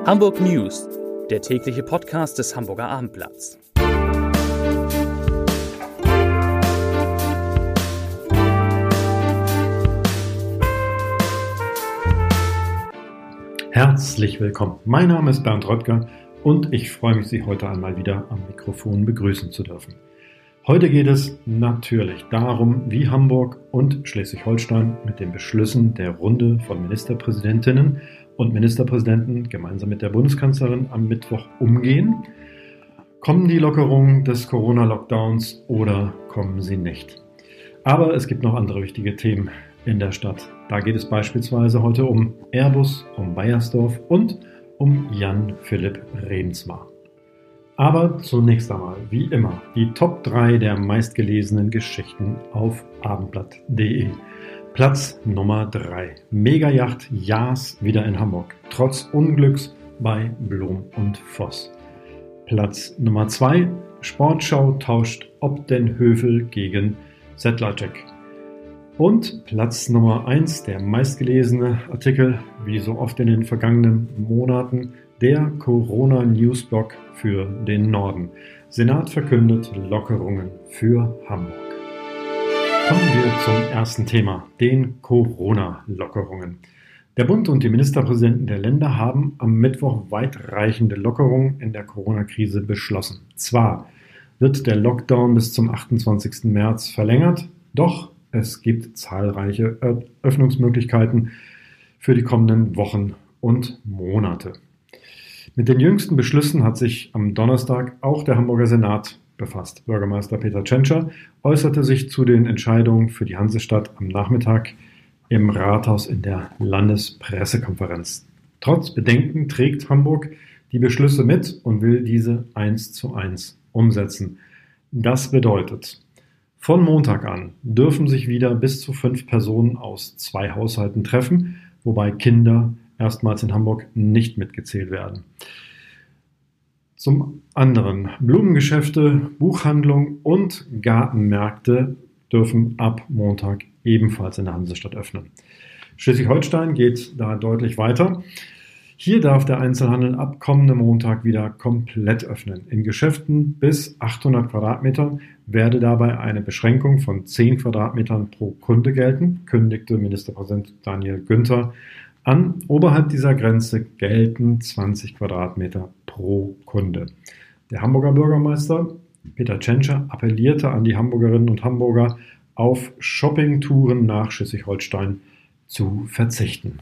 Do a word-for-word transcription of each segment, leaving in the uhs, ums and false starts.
Hamburg News, der tägliche Podcast des Hamburger Abendblatts. Herzlich willkommen. Mein Name ist Bernd Röttger und ich freue mich, Sie heute einmal wieder am Mikrofon begrüßen zu dürfen. Heute geht es natürlich darum, wie Hamburg und Schleswig-Holstein mit den Beschlüssen der Runde von Ministerpräsidentinnen und Ministerpräsidenten gemeinsam mit der Bundeskanzlerin am Mittwoch umgehen. Kommen die Lockerungen des Corona-Lockdowns oder kommen sie nicht? Aber es gibt noch andere wichtige Themen in der Stadt. Da geht es beispielsweise heute um Airbus, um Beiersdorf und um Jan Philipp Reemtsma. Aber zunächst einmal, wie immer, die Top drei der meistgelesenen Geschichten auf abendblatt punkt de. Platz Nummer drei. Megayacht Yas wieder in Hamburg, trotz Unglücks bei Blom und Voss. Platz Nummer zwei. Sportschau tauscht Obdenhövel gegen Sedlacek. Und Platz Nummer eins, der meistgelesene Artikel, wie so oft in den vergangenen Monaten, der Corona-Newsblog für den Norden. Senat verkündet Lockerungen für Hamburg. Kommen wir zum ersten Thema, den Corona-Lockerungen. Der Bund und die Ministerpräsidenten der Länder haben am Mittwoch weitreichende Lockerungen in der Corona-Krise beschlossen. Zwar wird der Lockdown bis zum achtundzwanzigsten März verlängert, doch es gibt zahlreiche Öffnungsmöglichkeiten für die kommenden Wochen und Monate. Mit den jüngsten Beschlüssen hat sich am Donnerstag auch der Hamburger Senat befasst. Bürgermeister Peter Tschentscher äußerte sich zu den Entscheidungen für die Hansestadt am Nachmittag im Rathaus in der Landespressekonferenz. Trotz Bedenken trägt Hamburg die Beschlüsse mit und will diese eins zu eins umsetzen. Das bedeutet, von Montag an dürfen sich wieder bis zu fünf Personen aus zwei Haushalten treffen, wobei Kinder erstmals in Hamburg nicht mitgezählt werden. Zum anderen, Blumengeschäfte, Buchhandlungen und Gartenmärkte dürfen ab Montag ebenfalls in der Hansestadt öffnen. Schleswig-Holstein geht da deutlich weiter. Hier darf der Einzelhandel ab kommendem Montag wieder komplett öffnen. In Geschäften bis achthundert Quadratmetern werde dabei eine Beschränkung von zehn Quadratmetern pro Kunde gelten, kündigte Ministerpräsident Daniel Günther an. Oberhalb dieser Grenze gelten zwanzig Quadratmeter pro Kunde. Der Hamburger Bürgermeister Peter Tschentscher appellierte an die Hamburgerinnen und Hamburger, auf Shoppingtouren nach Schleswig-Holstein zu verzichten.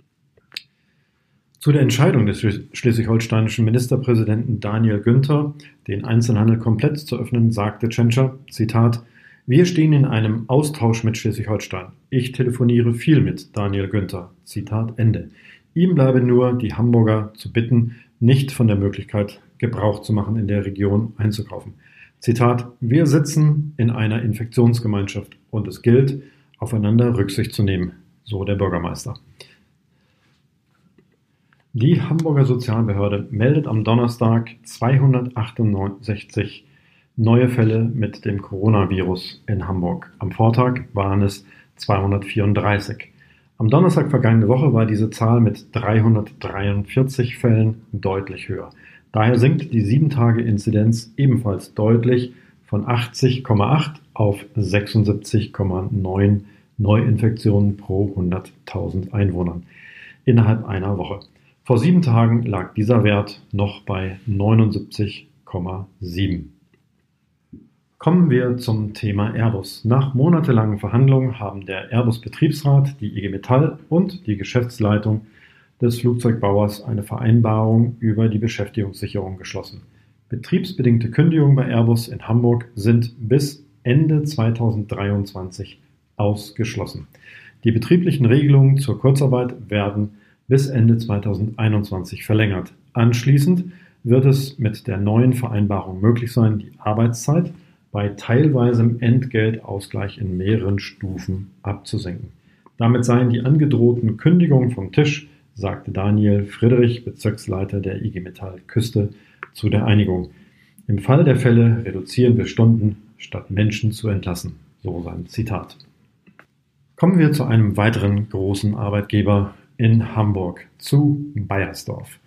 Zu der Entscheidung des schleswig-holsteinischen Ministerpräsidenten Daniel Günther, den Einzelhandel komplett zu öffnen, sagte Tschentscher, Zitat, wir stehen in einem Austausch mit Schleswig-Holstein. Ich telefoniere viel mit Daniel Günther. Zitat Ende. Ihm bleibe nur, die Hamburger zu bitten, nicht von der Möglichkeit Gebrauch zu machen, in der Region einzukaufen. Zitat, wir sitzen in einer Infektionsgemeinschaft und es gilt, aufeinander Rücksicht zu nehmen, so der Bürgermeister. Die Hamburger Sozialbehörde meldet am Donnerstag zweihundertachtundsechzig neue Fälle mit dem Coronavirus in Hamburg. Am Vortag waren es zweihundertvierunddreißig. Am Donnerstag vergangene Woche war diese Zahl mit dreihundertdreiundvierzig Fällen deutlich höher. Daher sinkt die sieben Tage Inzidenz ebenfalls deutlich von achtzig Komma acht auf sechsundsiebzig Komma neun Neuinfektionen pro hunderttausend Einwohnern innerhalb einer Woche. Vor sieben Tagen lag dieser Wert noch bei neunundsiebzig Komma sieben. Kommen wir zum Thema Airbus. Nach monatelangen Verhandlungen haben der Airbus-Betriebsrat, die I G Metall und die Geschäftsleitung des Flugzeugbauers eine Vereinbarung über die Beschäftigungssicherung geschlossen. Betriebsbedingte Kündigungen bei Airbus in Hamburg sind bis Ende zweitausenddreiundzwanzig ausgeschlossen. Die betrieblichen Regelungen zur Kurzarbeit werden bis Ende zweitausendeinundzwanzig verlängert. Anschließend wird es mit der neuen Vereinbarung möglich sein, die Arbeitszeit bei teilweisem Entgeltausgleich in mehreren Stufen abzusenken. Damit seien die angedrohten Kündigungen vom Tisch, sagte Daniel Friedrich, Bezirksleiter der I G Metall Küste, zu der Einigung. Im Fall der Fälle reduzieren wir Stunden, statt Menschen zu entlassen, so sein Zitat. Kommen wir zu einem weiteren großen Arbeitgeber in Hamburg, zu Beiersdorf.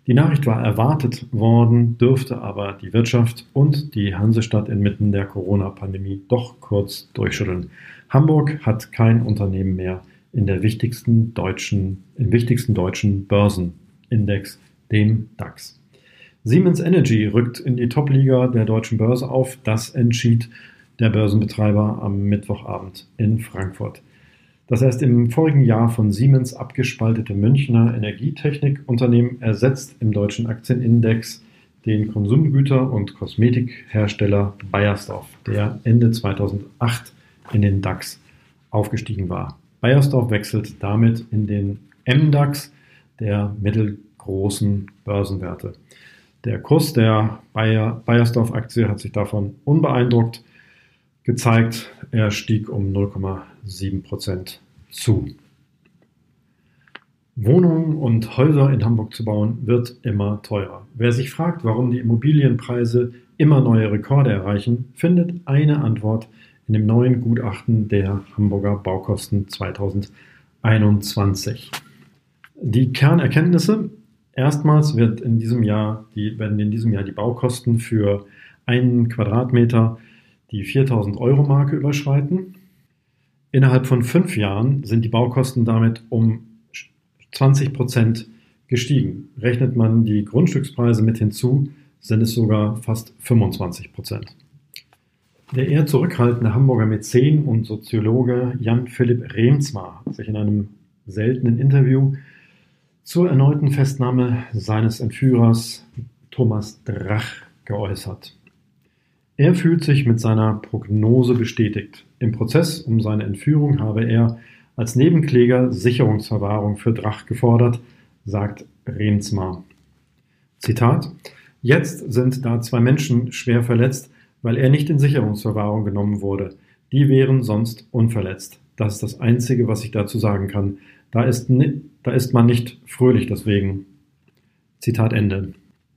Die Nachricht war erwartet worden, dürfte aber die Wirtschaft und die Hansestadt inmitten der Corona-Pandemie doch kurz durchschütteln. Hamburg hat kein Unternehmen mehr in der wichtigsten deutschen, im wichtigsten deutschen Börsenindex, dem DAX. Siemens Energy rückt in die Top-Liga der deutschen Börse auf. Das entschied der Börsenbetreiber am Mittwochabend in Frankfurt. Das erst im vorigen Jahr von Siemens abgespaltete Münchner Energietechnikunternehmen ersetzt im deutschen Aktienindex den Konsumgüter- und Kosmetikhersteller Beiersdorf, der Ende zweitausendacht in den DAX aufgestiegen war. Beiersdorf wechselt damit in den M DAX der mittelgroßen Börsenwerte. Der Kurs der Bayer, Beiersdorf-Aktie hat sich davon unbeeindruckt gezeigt. Er stieg um null Komma sieben Prozent zu. Wohnungen und Häuser in Hamburg zu bauen, wird immer teurer. Wer sich fragt, warum die Immobilienpreise immer neue Rekorde erreichen, findet eine Antwort in dem neuen Gutachten der Hamburger Baukosten zweitausendeinundzwanzig. Die Kernerkenntnisse: Erstmals wird in diesem Jahr die, werden in diesem Jahr die Baukosten für einen Quadratmeter die viertausend Euro Marke überschreiten. Innerhalb von fünf Jahren sind die Baukosten damit um zwanzig Prozent gestiegen. Rechnet man die Grundstückspreise mit hinzu, sind es sogar fast fünfundzwanzig Prozent. Der eher zurückhaltende Hamburger Mäzen und Soziologe Jan-Philipp Reemtsma hat sich in einem seltenen Interview zur erneuten Festnahme seines Entführers Thomas Drach geäußert. Er fühlt sich mit seiner Prognose bestätigt. Im Prozess um seine Entführung habe er als Nebenkläger Sicherungsverwahrung für Drach gefordert, sagt Reemtsma. Zitat: Jetzt sind da zwei Menschen schwer verletzt, weil er nicht in Sicherungsverwahrung genommen wurde. Die wären sonst unverletzt. Das ist das Einzige, was ich dazu sagen kann. Da ist, da ist man nicht fröhlich deswegen. Zitat Ende.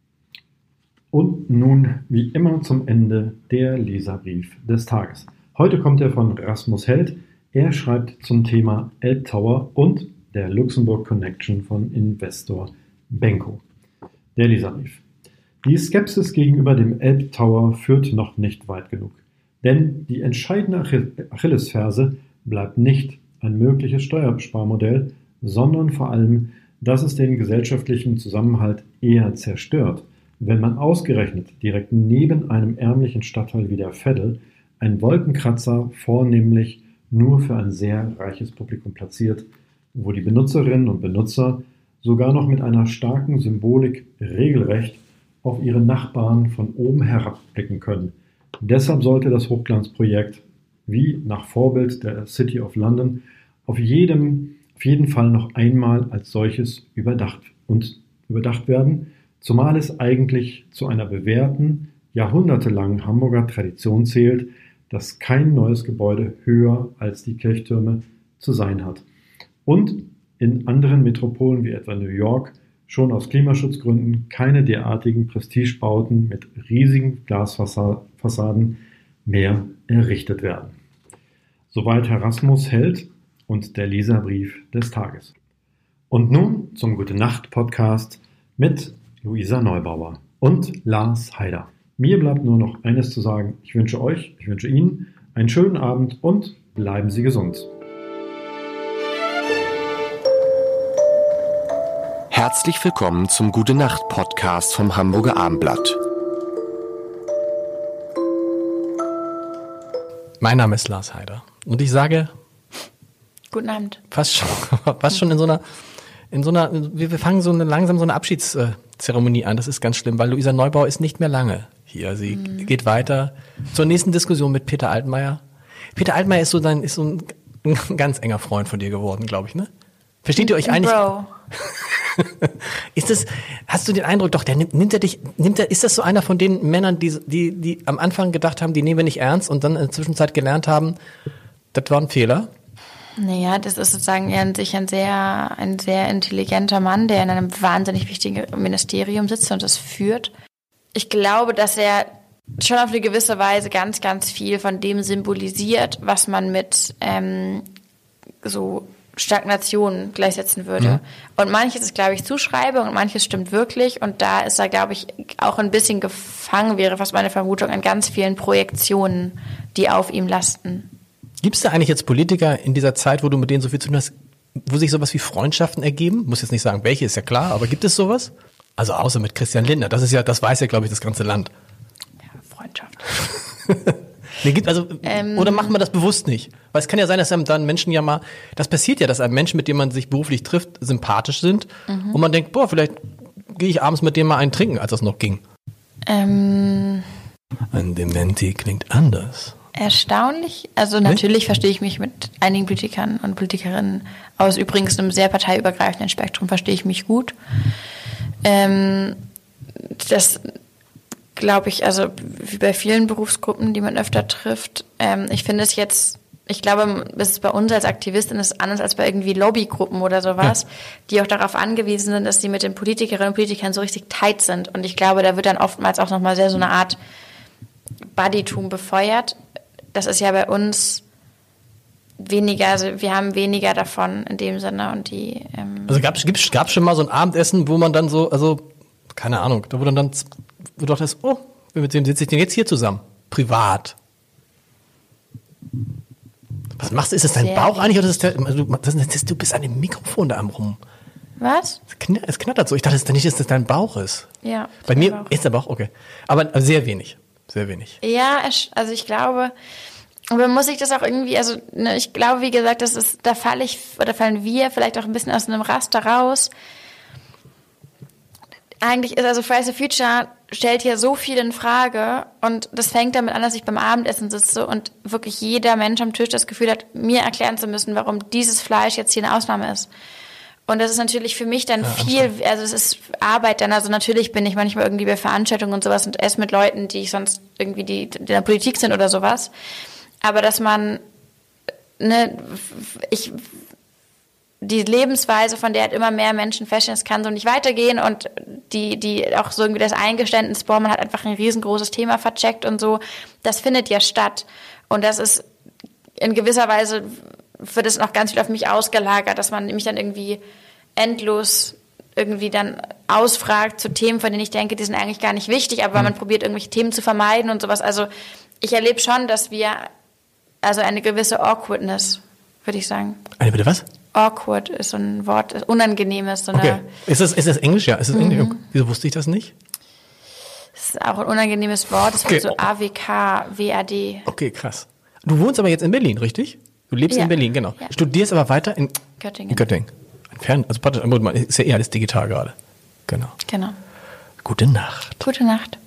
Und nun, wie immer zum Ende, der Leserbrief des Tages. Heute kommt er von Rasmus Held. Er schreibt zum Thema Elbtower und der Luxemburg Connection von Investor Benko. Der Leserbrief. Die Skepsis gegenüber dem Elbtower führt noch nicht weit genug. Denn die entscheidende Achillesferse bleibt nicht ein mögliches Steuersparmodell, sondern vor allem, dass es den gesellschaftlichen Zusammenhalt eher zerstört, wenn man ausgerechnet direkt neben einem ärmlichen Stadtteil wie der Veddel ein Wolkenkratzer vornehmlich nur für ein sehr reiches Publikum platziert, wo die Benutzerinnen und Benutzer sogar noch mit einer starken Symbolik regelrecht auf ihre Nachbarn von oben herabblicken können. Deshalb sollte das Hochglanzprojekt, wie nach Vorbild der City of London, auf, jedem, auf jeden Fall noch einmal als solches überdacht und überdacht werden, zumal es eigentlich zu einer bewährten, jahrhundertelangen Hamburger Tradition zählt, dass kein neues Gebäude höher als die Kirchtürme zu sein hat. Und in anderen Metropolen wie etwa New York schon aus Klimaschutzgründen keine derartigen Prestigebauten mit riesigen Glasfassaden mehr errichtet werden. Soweit Herr Rasmus Held und der Leserbrief des Tages. Und nun zum Gute-Nacht-Podcast mit Luisa Neubauer und Lars Haider. Mir bleibt nur noch eines zu sagen. Ich wünsche euch, ich wünsche Ihnen einen schönen Abend und bleiben Sie gesund. Herzlich willkommen zum Gute-Nacht-Podcast vom Hamburger Abendblatt. Mein Name ist Lars Haider und ich sage Guten Abend. Fast schon, fast schon in so einer, in so einer, wir fangen so eine, langsam so eine Abschiedszeremonie an. Das ist ganz schlimm, weil Luisa Neubauer ist nicht mehr lange hier. Sie mhm. geht weiter zur nächsten Diskussion mit Peter Altmaier. Peter Altmaier ist so dein, ist so ein, ein ganz enger Freund von dir geworden, glaube ich, ne? Versteht ihr euch eigentlich? Bro. Ist das, hast du den Eindruck, doch, der nimmt, nimmt er dich, nimmt er, ist das so einer von den Männern, die, die, die am Anfang gedacht haben, die nehmen wir nicht ernst und dann in der Zwischenzeit gelernt haben, das war ein Fehler? Naja, das ist sozusagen eher sich ein sehr, ein sehr intelligenter Mann, der in einem wahnsinnig wichtigen Ministerium sitzt und das führt. Ich glaube, dass er schon auf eine gewisse Weise ganz, ganz viel von dem symbolisiert, was man mit ähm, so Stagnation gleichsetzen würde. Mhm. Und manches ist, glaube ich, Zuschreibung und manches stimmt wirklich. Und da ist er, glaube ich, auch ein bisschen gefangen, wäre fast meine Vermutung, an ganz vielen Projektionen, die auf ihm lasten. Gibt es da eigentlich jetzt Politiker in dieser Zeit, wo du mit denen so viel zu tun hast, wo sich sowas wie Freundschaften ergeben? Muss jetzt nicht sagen, welche, ist ja klar, aber gibt es sowas? Also außer mit Christian Lindner, das ist ja, das weiß ja, glaube ich, das ganze Land. Ja, Freundschaft. Nee, gibt also, ähm, oder macht man das bewusst nicht? Weil es kann ja sein, dass einem dann Menschen ja mal, das passiert ja, dass einem Menschen, mit dem man sich beruflich trifft, sympathisch sind mhm. und man denkt, boah, vielleicht gehe ich abends mit dem mal einen trinken, als das noch ging. Ähm, Ein Dementi klingt anders. Erstaunlich. Also natürlich nee? verstehe ich mich mit einigen Politikern und Politikerinnen aus übrigens einem sehr parteiübergreifenden Spektrum, verstehe ich mich gut. Ähm, das glaube ich, also wie bei vielen Berufsgruppen, die man öfter trifft. Ähm, ich finde es jetzt, ich glaube, es ist bei uns als Aktivistin ist anders als bei irgendwie Lobbygruppen oder sowas, ja. die auch darauf angewiesen sind, dass sie mit den Politikerinnen und Politikern so richtig tight sind. Und ich glaube, da wird dann oftmals auch nochmal sehr so eine Art Buddytum befeuert. Das ist ja bei uns weniger, also wir haben weniger davon in dem Sinne. Und die ähm Also gab es schon mal so ein Abendessen, wo man dann so, also keine Ahnung, da wo dann dann wo du dachtest, oh, mit wem sitze ich denn jetzt hier zusammen? Privat. Was machst du? Ist das dein Sehr Bauch eigentlich oder ist das, der, also, das, das, du bist an dem Mikrofon da am rum. Was? Es knattert, es knattert so. Ich dachte nicht, dass das dein Bauch ist. Ja. Bei mir Bauch. Ist der Bauch, okay. Aber sehr wenig. Sehr wenig. Ja, also ich glaube, aber muss ich das auch irgendwie, also ne, ich glaube, wie gesagt, das ist, da falle ich, oder fallen wir vielleicht auch ein bisschen aus einem Raster raus. Eigentlich ist also Fridays for Future stellt hier so viel in Frage und das fängt damit an, dass ich beim Abendessen sitze und wirklich jeder Mensch am Tisch das Gefühl hat, mir erklären zu müssen, warum dieses Fleisch jetzt hier eine Ausnahme ist. Und das ist natürlich für mich dann ja, viel, also es ist Arbeit dann, also natürlich bin ich manchmal irgendwie bei Veranstaltungen und sowas und esse mit Leuten, die ich sonst irgendwie, die, die in der Politik sind oder sowas. Aber dass man, ne, ich, die Lebensweise, von der halt immer mehr Menschen feststellen, es kann so nicht weitergehen und die, die auch so irgendwie das Eingeständnis, boah, man hat einfach ein riesengroßes Thema vercheckt und so, das findet ja statt. Und das ist in gewisser Weise, wird es noch ganz viel auf mich ausgelagert, dass man mich dann irgendwie endlos irgendwie dann ausfragt zu Themen, von denen ich denke, die sind eigentlich gar nicht wichtig, aber mhm. man probiert irgendwelche Themen zu vermeiden und sowas. Also ich erlebe schon, dass wir, also eine gewisse Awkwardness, würde ich sagen. Eine bitte was? Awkward ist so ein Wort, unangenehmes. So eine okay. Ist das, ist das Englisch? Ja, ist das mhm. Englisch? Wieso wusste ich das nicht? Das ist auch ein unangenehmes Wort, das okay. wird so A W K W A D. Okay, krass. Du wohnst aber jetzt in Berlin, richtig? Du lebst ja. in Berlin, genau. Ja. Studierst aber weiter in Göttingen. In Göttingen. Fern, also ist ja eh alles digital gerade. Genau. Genau. Gute Nacht. Gute Nacht.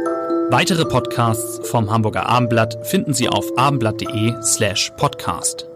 Weitere Podcasts vom Hamburger Abendblatt finden Sie auf abendblatt punkt de slash podcast.